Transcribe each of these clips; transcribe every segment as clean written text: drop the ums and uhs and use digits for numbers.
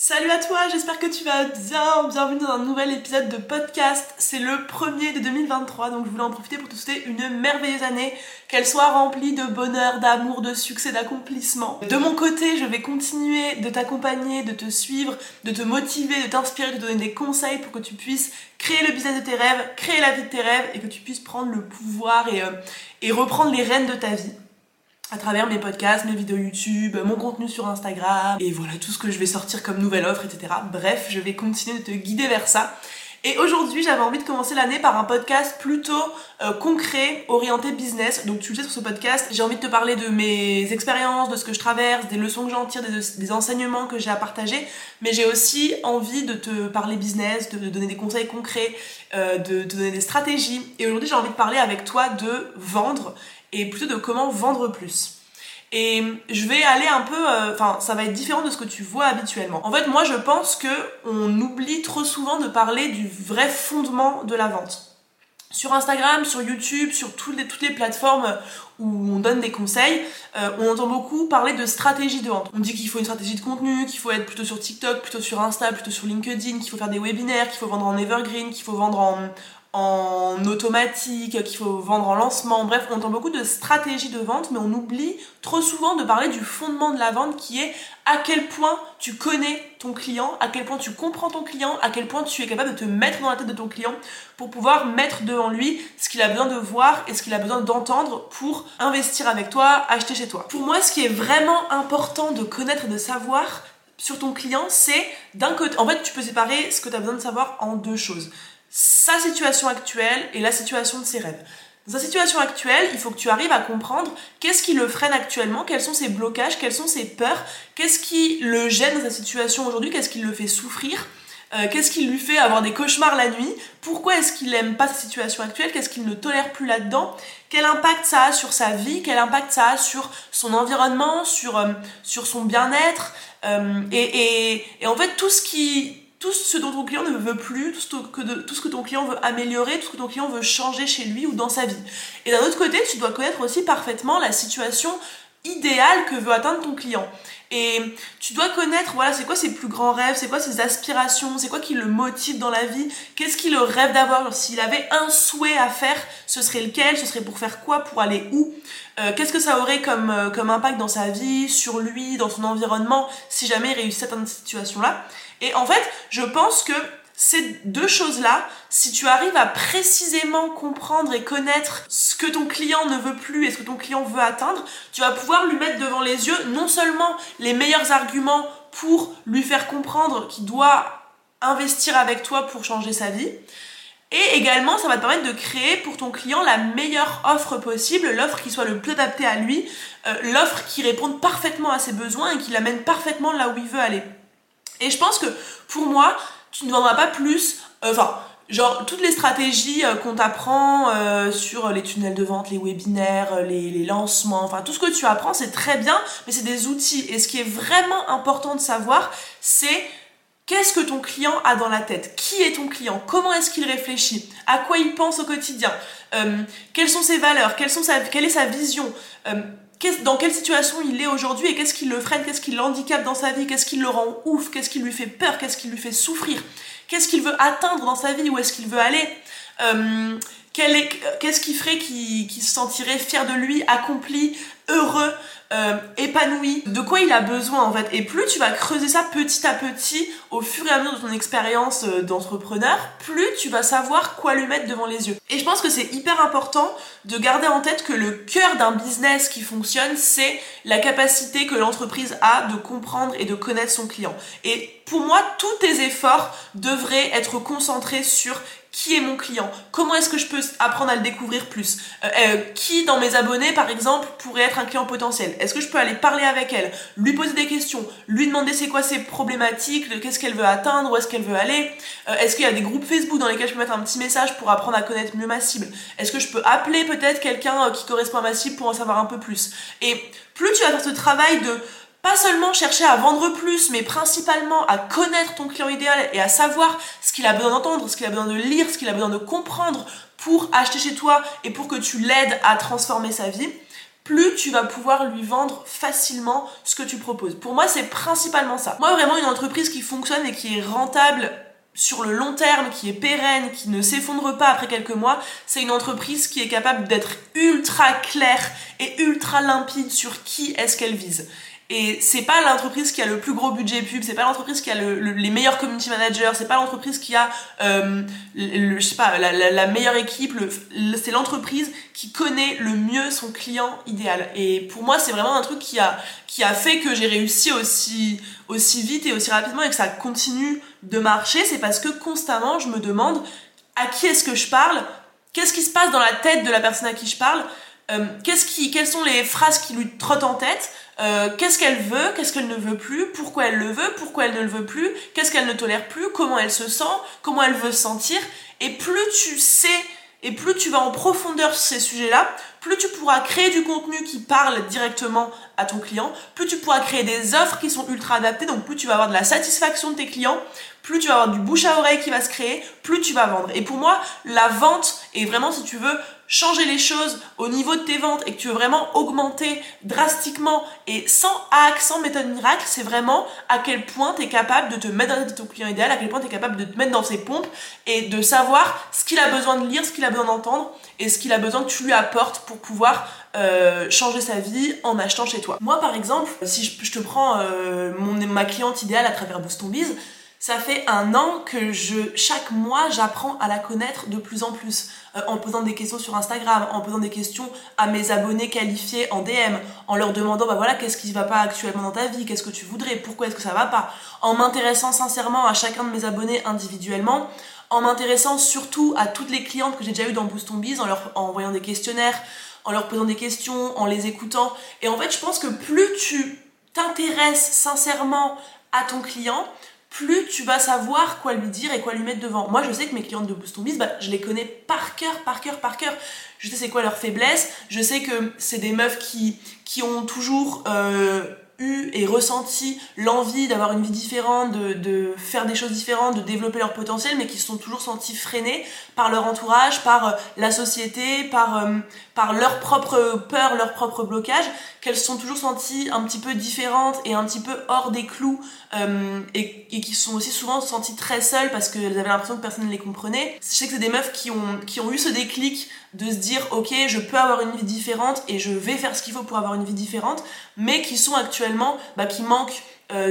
Salut à toi, j'espère que tu vas bien, bienvenue dans un nouvel épisode de podcast. C'est le premier de 2023, donc je voulais en profiter pour te souhaiter une merveilleuse année, qu'elle soit remplie de bonheur, d'amour, de succès, d'accomplissement. De mon côté, je vais continuer de t'accompagner, de te suivre, de te motiver, de t'inspirer, de te donner des conseils pour que tu puisses créer le business de tes rêves, créer la vie de tes rêves et que tu puisses prendre le pouvoir et reprendre les rênes de ta vie. À travers mes podcasts, mes vidéos YouTube, mon contenu sur Instagram, et voilà tout ce que je vais sortir comme nouvelle offre, etc. Bref, je vais continuer de te guider vers ça. Et aujourd'hui, j'avais envie de commencer l'année par un podcast plutôt concret, orienté business. Donc tu le sais, sur ce podcast, j'ai envie de te parler de mes expériences, de ce que je traverse, des leçons que j'en tire, des enseignements que j'ai à partager. Mais j'ai aussi envie de te parler business, de te donner des conseils concrets, de te donner des stratégies. Et aujourd'hui, j'ai envie de parler avec toi de vendre, et plutôt de comment vendre plus. Et je vais aller un peu, ça va être différent de ce que tu vois habituellement. En fait, moi je pense que on oublie trop souvent de parler du vrai fondement de la vente. Sur Instagram, sur YouTube, sur toutes les plateformes où on donne des conseils, on entend beaucoup parler de stratégie de vente. On dit qu'il faut une stratégie de contenu, qu'il faut être plutôt sur TikTok, plutôt sur Insta, plutôt sur LinkedIn, qu'il faut faire des webinaires, qu'il faut vendre en evergreen, qu'il faut vendre en automatique, qu'il faut vendre en lancement. Bref, on entend beaucoup de stratégies de vente, mais on oublie trop souvent de parler du fondement de la vente qui est à quel point tu connais ton client, à quel point tu comprends ton client, à quel point tu es capable de te mettre dans la tête de ton client pour pouvoir mettre devant lui ce qu'il a besoin de voir et ce qu'il a besoin d'entendre pour investir avec toi, acheter chez toi. Pour moi, ce qui est vraiment important de connaître et de savoir sur ton client, c'est d'un côté, en fait, tu peux séparer ce que tu as besoin de savoir en deux choses. Sa situation actuelle et la situation de ses rêves. Dans sa situation actuelle, il faut que tu arrives à comprendre qu'est-ce qui le freine actuellement, quels sont ses blocages, quelles sont ses peurs, qu'est-ce qui le gêne dans sa situation aujourd'hui, qu'est-ce qui le fait souffrir, qu'est-ce qui lui fait avoir des cauchemars la nuit, pourquoi est-ce qu'il n'aime pas sa situation actuelle, qu'est-ce qu'il ne tolère plus là-dedans, quel impact ça a sur sa vie, quel impact ça a sur son environnement, sur son bien-être, et en fait tout ce dont ton client ne veut plus, tout ce que ton client veut améliorer, tout ce que ton client veut changer chez lui ou dans sa vie. Et d'un autre côté, tu dois connaître aussi parfaitement la situation idéale que veut atteindre ton client. Et tu dois connaître, voilà, c'est quoi ses plus grands rêves, c'est quoi ses aspirations, c'est quoi qui le motive dans la vie, qu'est-ce qu'il rêve d'avoir, genre, s'il avait un souhait à faire, ce serait lequel, ce serait pour faire quoi, pour aller où, qu'est-ce que ça aurait comme impact dans sa vie, sur lui, dans son environnement, si jamais il réussit à atteindre cette situation-là. Et en fait, je pense que ces deux choses-là, si tu arrives à précisément comprendre et connaître ce que ton client ne veut plus et ce que ton client veut atteindre, tu vas pouvoir lui mettre devant les yeux non seulement les meilleurs arguments pour lui faire comprendre qu'il doit investir avec toi pour changer sa vie, et également ça va te permettre de créer pour ton client la meilleure offre possible, l'offre qui soit le plus adaptée à lui, l'offre qui réponde parfaitement à ses besoins et qui l'amène parfaitement là où il veut aller. Et je pense que pour moi, tu ne vendras pas plus, genre toutes les stratégies qu'on t'apprend sur les tunnels de vente, les webinaires, les lancements, enfin tout ce que tu apprends c'est très bien, mais c'est des outils. Et ce qui est vraiment important de savoir, c'est qu'est-ce que ton client a dans la tête? Qui est ton client? Comment est-ce qu'il réfléchit? À quoi il pense au quotidien? Quelles sont ses valeurs? Quelle est sa vision? Dans quelle situation il est aujourd'hui et qu'est-ce qui le freine, qu'est-ce qui l'handicape dans sa vie, qu'est-ce qui le rend ouf, qu'est-ce qui lui fait peur, qu'est-ce qui lui fait souffrir, qu'est-ce qu'il veut atteindre dans sa vie, où est-ce qu'il veut aller, qu'est-ce qui ferait qu'il se sentirait fier de lui, accompli, heureux, épanoui, de quoi il a besoin en fait. Et plus tu vas creuser ça petit à petit au fur et à mesure de ton expérience d'entrepreneur, plus tu vas savoir quoi lui mettre devant les yeux. Et je pense que c'est hyper important de garder en tête que le cœur d'un business qui fonctionne, c'est la capacité que l'entreprise a de comprendre et de connaître son client. Et pour moi, tous tes efforts devraient être concentrés sur qui est mon client, comment est-ce que je peux apprendre à le découvrir plus, qui dans mes abonnés par exemple pourrait être un client potentiel, est-ce que je peux aller parler avec elle, lui poser des questions, lui demander c'est quoi ses problématiques, qu'est-ce qu'elle veut atteindre, où est-ce qu'elle veut aller, est-ce qu'il y a des groupes Facebook dans lesquels je peux mettre un petit message pour apprendre à connaître mieux ma cible, est-ce que je peux appeler peut-être quelqu'un qui correspond à ma cible pour en savoir un peu plus. Et plus tu vas faire ce travail de pas seulement chercher à vendre plus, mais principalement à connaître ton client idéal et à savoir ce qu'il a besoin d'entendre, ce qu'il a besoin de lire, ce qu'il a besoin de comprendre pour acheter chez toi et pour que tu l'aides à transformer sa vie, plus tu vas pouvoir lui vendre facilement ce que tu proposes. Pour moi, c'est principalement ça. Moi, vraiment, une entreprise qui fonctionne et qui est rentable sur le long terme, qui est pérenne, qui ne s'effondre pas après quelques mois, c'est une entreprise qui est capable d'être ultra claire et ultra limpide sur qui est-ce qu'elle vise. Et c'est pas l'entreprise qui a le plus gros budget pub, c'est pas l'entreprise qui a les meilleurs community managers, c'est pas l'entreprise qui a je sais pas, la meilleure équipe, c'est l'entreprise qui connaît le mieux son client idéal. Et pour moi, c'est vraiment un truc qui a fait que j'ai réussi aussi vite et aussi rapidement et que ça continue de marcher. C'est parce que constamment, je me demande à qui est-ce que je parle, qu'est-ce qui se passe dans la tête de la personne à qui je parle, quelles sont les phrases qui lui trottent en tête, qu'est-ce qu'elle veut, qu'est-ce qu'elle ne veut plus, pourquoi elle le veut, pourquoi elle ne le veut plus, qu'est-ce qu'elle ne tolère plus, comment elle se sent, comment elle veut se sentir. Et plus tu sais et plus tu vas en profondeur sur ces sujets-là, plus tu pourras créer du contenu qui parle directement à ton client, plus tu pourras créer des offres qui sont ultra adaptées, donc plus tu vas avoir de la satisfaction de tes clients, plus tu vas avoir du bouche à oreille qui va se créer, plus tu vas vendre. Et pour moi, la vente est vraiment, si tu veux changer les choses au niveau de tes ventes et que tu veux vraiment augmenter drastiquement et sans hack, sans méthode miracle, c'est vraiment à quel point tu es capable de te mettre dans la tête de ton client idéal, à quel point tu es capable de te mettre dans ses pompes et de savoir ce qu'il a besoin de lire, ce qu'il a besoin d'entendre et ce qu'il a besoin que tu lui apportes pour pouvoir changer sa vie en achetant chez toi. Moi par exemple, si je te prends ma cliente idéale à travers Boost Ton Biz, ça fait 1 an que chaque mois, j'apprends à la connaître de plus en plus, en posant des questions sur Instagram, en posant des questions à mes abonnés qualifiés en DM, en leur demandant, voilà, qu'est-ce qui va pas actuellement dans ta vie, qu'est-ce que tu voudrais, pourquoi est-ce que ça va pas, en m'intéressant sincèrement à chacun de mes abonnés individuellement, en m'intéressant surtout à toutes les clientes que j'ai déjà eues dans Boost Ton Biz, en envoyant des questionnaires, en leur posant des questions, en les écoutant. Et en fait, je pense que plus tu t'intéresses sincèrement à ton client, plus tu vas savoir quoi lui dire et quoi lui mettre devant. Moi, je sais que mes clientes de Boost Ton Biz, je les connais par cœur. Je sais c'est quoi leurs faiblesses, je sais que c'est des meufs qui ont toujours eu et ressenti l'envie d'avoir une vie différente, de faire des choses différentes, de développer leur potentiel, mais qui se sont toujours sentis freinés par leur entourage, par la société, par leur propre peur, leur propre blocage, qu'elles se sont toujours senties un petit peu différentes et un petit peu hors des clous, et qui se sont aussi souvent senties très seules parce qu'elles avaient l'impression que personne ne les comprenait. Je sais que c'est des meufs qui ont eu ce déclic de se dire ok, je peux avoir une vie différente et je vais faire ce qu'il faut pour avoir une vie différente, mais qui sont actuellement qui manquent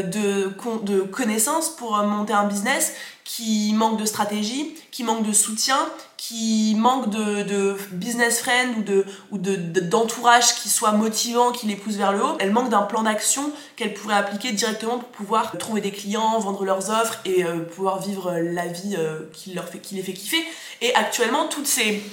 de connaissances pour monter un business, qui manquent de stratégie, qui manquent de soutien, qui manquent de business friend ou d'entourage qui soit motivant, qui les pousse vers le haut. Elles manquent d'un plan d'action qu'elles pourraient appliquer directement pour pouvoir trouver des clients, vendre leurs offres et pouvoir vivre la vie qui les fait kiffer. Et actuellement, tous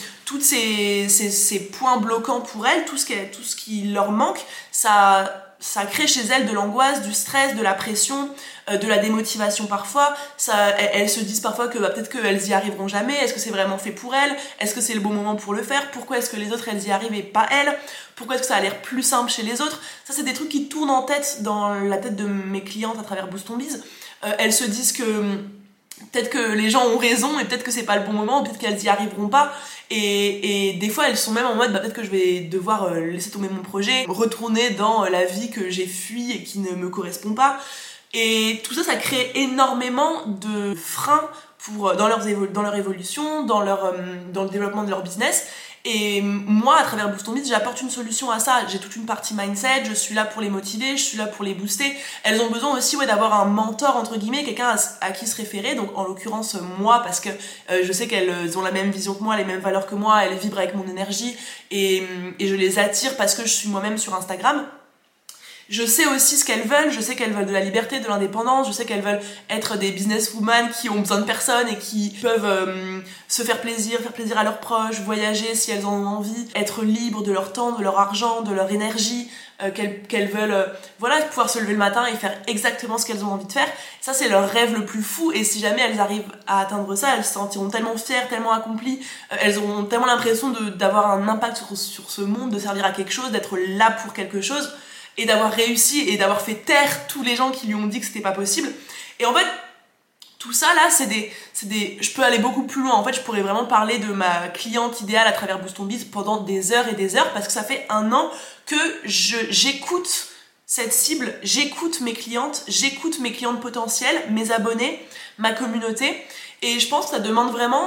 ces points bloquants pour elles, tout ce qui leur manque, ça crée chez elles de l'angoisse, du stress, de la pression, de la démotivation parfois. Elles se disent parfois que peut-être qu'elles y arriveront jamais. Est-ce que c'est vraiment fait pour elles? Est-ce que c'est le bon moment pour le faire? Pourquoi est-ce que les autres elles y arrivent et pas elles? Pourquoi est-ce que ça a l'air plus simple chez les autres? Ça, c'est des trucs qui tournent en tête dans la tête de mes clientes à travers Boost Ton Biz. Elles se disent que peut-être que les gens ont raison et peut-être que c'est pas le bon moment, peut-être qu'elles y arriveront pas. Et des fois elles sont même en mode peut-être que je vais devoir laisser tomber mon projet, retourner dans la vie que j'ai fui et qui ne me correspond pas. Et tout ça, ça crée énormément de freins dans leur évolution, dans le développement de leur business. Et moi, à travers Boost Ton Biz, j'apporte une solution à ça. J'ai toute une partie mindset, je suis là pour les motiver, je suis là pour les booster. Elles ont besoin aussi d'avoir un mentor, entre guillemets, quelqu'un à qui se référer. Donc en l'occurrence, moi, parce que je sais qu'elles ont la même vision que moi, les mêmes valeurs que moi, elles vibrent avec mon énergie et je les attire parce que je suis moi-même sur Instagram. Je sais aussi ce qu'elles veulent, je sais qu'elles veulent de la liberté, de l'indépendance, je sais qu'elles veulent être des businesswomen qui ont besoin de personne et qui peuvent se faire plaisir à leurs proches, voyager si elles en ont envie, être libres de leur temps, de leur argent, de leur énergie, qu'elles veulent pouvoir se lever le matin et faire exactement ce qu'elles ont envie de faire. Ça, c'est leur rêve le plus fou, et si jamais elles arrivent à atteindre ça, elles se sentiront tellement fières, tellement accomplies, elles auront tellement l'impression d'avoir un impact sur ce monde, de servir à quelque chose, d'être là pour quelque chose, et d'avoir réussi et d'avoir fait taire tous les gens qui lui ont dit que c'était pas possible. Et en fait, tout ça là, je peux aller beaucoup plus loin. En fait, je pourrais vraiment parler de ma cliente idéale à travers Boost Ton Biz pendant des heures et des heures, parce que ça fait 1 an que j'écoute cette cible, j'écoute mes clientes potentielles, mes abonnés, ma communauté, et je pense que ça demande vraiment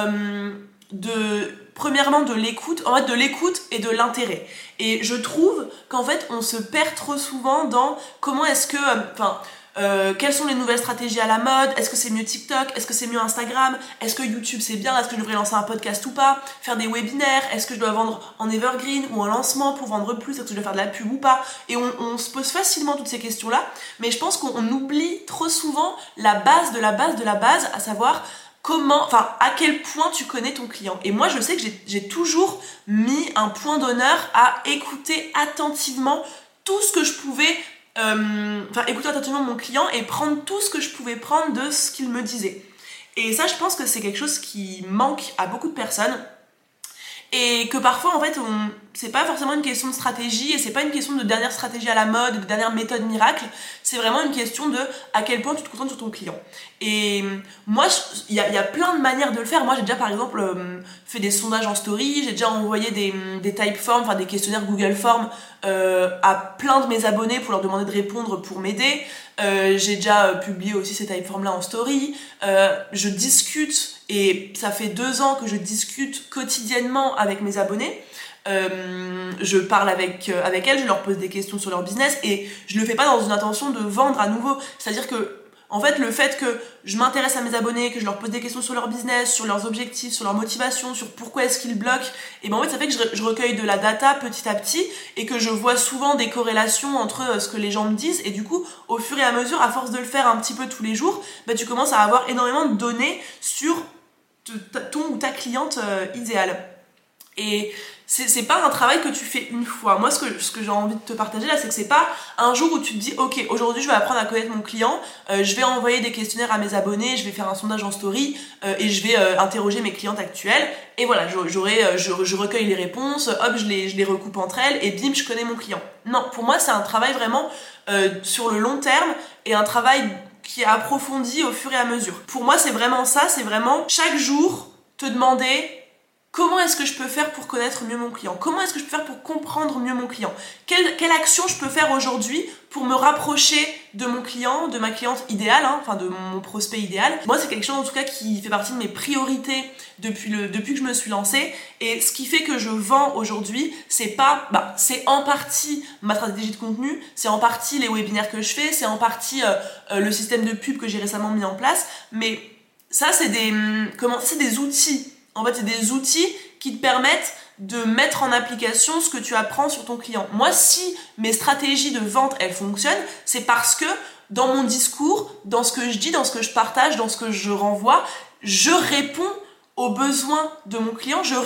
premièrement de l'écoute, en fait de l'écoute et de l'intérêt. Et je trouve qu'en fait on se perd trop souvent dans comment est-ce que, quelles sont les nouvelles stratégies à la mode, est-ce que c'est mieux TikTok, est-ce que c'est mieux Instagram, est-ce que YouTube c'est bien, est-ce que je devrais lancer un podcast ou pas, faire des webinaires, est-ce que je dois vendre en evergreen ou en lancement pour vendre plus, est-ce que je dois faire de la pub ou pas, et on se pose facilement toutes ces questions-là, mais je pense qu'on oublie trop souvent la base de la base de la base, à savoir à quel point tu connais ton client. Et moi je sais que j'ai toujours mis un point d'honneur à écouter attentivement tout ce que je pouvais écouter attentivement mon client et prendre tout ce que je pouvais prendre de ce qu'il me disait. Et ça, je pense que c'est quelque chose qui manque à beaucoup de personnes, et que parfois en fait c'est pas forcément une question de stratégie, et c'est pas une question de dernière stratégie à la mode, de dernière méthode miracle, c'est vraiment une question de à quel point tu te concentres sur ton client. Et moi il y a plein de manières de le faire. Moi j'ai déjà par exemple fait des sondages en story, j'ai déjà envoyé des typeforms, des questionnaires Google Forms à plein de mes abonnés pour leur demander de répondre pour m'aider. J'ai déjà publié aussi ces typeforms là en story. Je discute, et ça fait 2 ans que je discute quotidiennement avec mes abonnés. Je parle avec elles, je leur pose des questions sur leur business, et je le fais pas dans une intention de vendre à nouveau. C'est-à-dire que en fait, le fait que je m'intéresse à mes abonnés, que je leur pose des questions sur leur business, sur leurs objectifs, sur leur motivation, sur pourquoi est-ce qu'ils bloquent, et ben en fait ça fait que je recueille de la data petit à petit, et que je vois souvent des corrélations entre ce que les gens me disent, et du coup au fur et à mesure, à force de le faire un petit peu tous les jours, tu commences à avoir énormément de données sur ton ou ta cliente idéale. Et c'est pas un travail que tu fais une fois. Moi ce que j'ai envie de te partager là, c'est que c'est pas un jour où tu te dis ok, aujourd'hui je vais apprendre à connaître mon client, je vais envoyer des questionnaires à mes abonnés, je vais faire un sondage en story, et je vais interroger mes clientes actuelles, et voilà, je recueille les réponses, hop, je les recoupe entre elles, et bim, je connais mon client. Non, pour moi c'est un travail vraiment sur le long terme, et un travail qui est approfondi au fur et à mesure. Pour moi c'est vraiment ça, c'est vraiment chaque jour te demander comment est-ce que je peux faire pour connaître mieux mon client, comment est-ce que je peux faire pour comprendre mieux mon client, quelle action je peux faire aujourd'hui pour me rapprocher de mon client, de ma cliente idéale, de mon prospect idéal. Moi c'est quelque chose en tout cas qui fait partie de mes priorités depuis que je me suis lancée, et ce qui fait que je vends aujourd'hui, c'est en partie ma stratégie de contenu, c'est en partie les webinaires que je fais, c'est en partie le système de pub que j'ai récemment mis en place, mais ça c'est des outils. En fait, c'est des outils qui te permettent de mettre en application ce que tu apprends sur ton client. Moi, si mes stratégies de vente, elles fonctionnent, c'est parce que dans mon discours, dans ce que je dis, dans ce que je partage, dans ce que je renvoie, je réponds aux besoins de mon client, je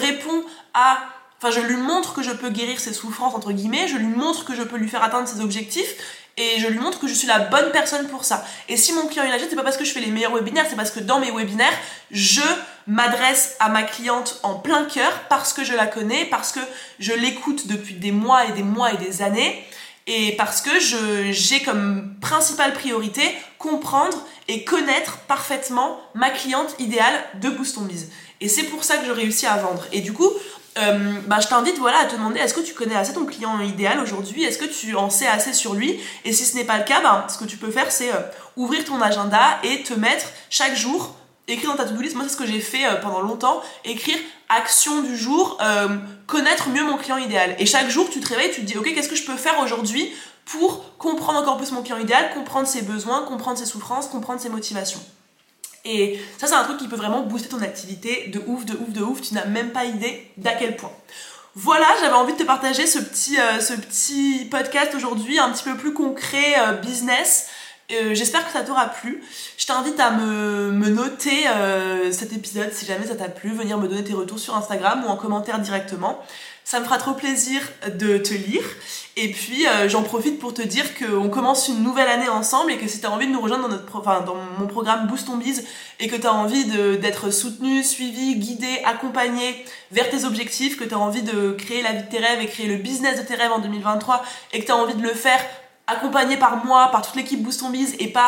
lui montre que je peux guérir ses souffrances, entre guillemets, je lui montre que je peux lui faire atteindre ses objectifs, et je lui montre que je suis la bonne personne pour ça. Et si mon client il achète, c'est pas parce que je fais les meilleurs webinaires, c'est parce que dans mes webinaires, je m'adresse à ma cliente en plein cœur, parce que je la connais, parce que je l'écoute depuis des mois et des mois et des années, et parce que j'ai comme principale priorité comprendre et connaître parfaitement ma cliente idéale de Boost Ton Biz. Et c'est pour ça que je réussis à vendre. Et du coup, je t'invite à te demander, est-ce que tu connais assez ton client idéal aujourd'hui? Est-ce que tu en sais assez sur lui? Et si ce n'est pas le cas, ce que tu peux faire, c'est ouvrir ton agenda et te mettre chaque jour, écrire dans ta to-do list. Moi c'est ce que j'ai fait pendant longtemps, écrire action du jour, connaître mieux mon client idéal. Et chaque jour tu te réveilles, tu te dis ok, qu'est-ce que je peux faire aujourd'hui pour comprendre encore plus mon client idéal, comprendre ses besoins, comprendre ses souffrances, comprendre ses motivations. Et ça c'est un truc qui peut vraiment booster ton activité de ouf, tu n'as même pas idée d'à quel point. Voilà, j'avais envie de te partager ce petit podcast aujourd'hui, un petit peu plus concret, business. J'espère que ça t'aura plu. Je t'invite à me noter cet épisode si jamais ça t'a plu, venir me donner tes retours sur Instagram ou en commentaire directement. Ça me fera trop plaisir de te lire. Et puis j'en profite pour te dire qu'on commence une nouvelle année ensemble, et que si tu as envie de nous rejoindre dans mon programme Boost Ton Biz, et que tu as envie d'être soutenu, suivi, guidé, accompagné vers tes objectifs, que tu as envie de créer la vie de tes rêves et créer le business de tes rêves en 2023, et que tu as envie de le faire accompagné par moi, par toute l'équipe Boost Ton Biz et par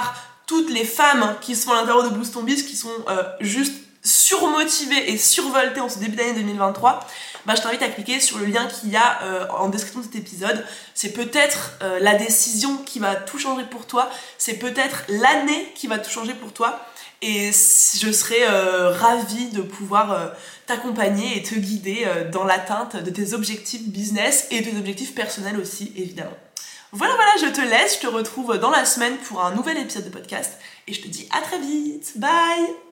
toutes les femmes qui sont à l'intérieur de Boost Ton Biz, qui sont juste surmotivées et survoltées en ce début d'année 2023, je t'invite à cliquer sur le lien qu'il y a en description de cet épisode. C'est peut-être la décision qui va tout changer pour toi, c'est peut-être l'année qui va tout changer pour toi, et je serai ravie de pouvoir t'accompagner et te guider dans l'atteinte de tes objectifs business et de tes objectifs personnels aussi, évidemment. Voilà, je te laisse, je te retrouve dans la semaine pour un nouvel épisode de podcast et je te dis à très vite, bye!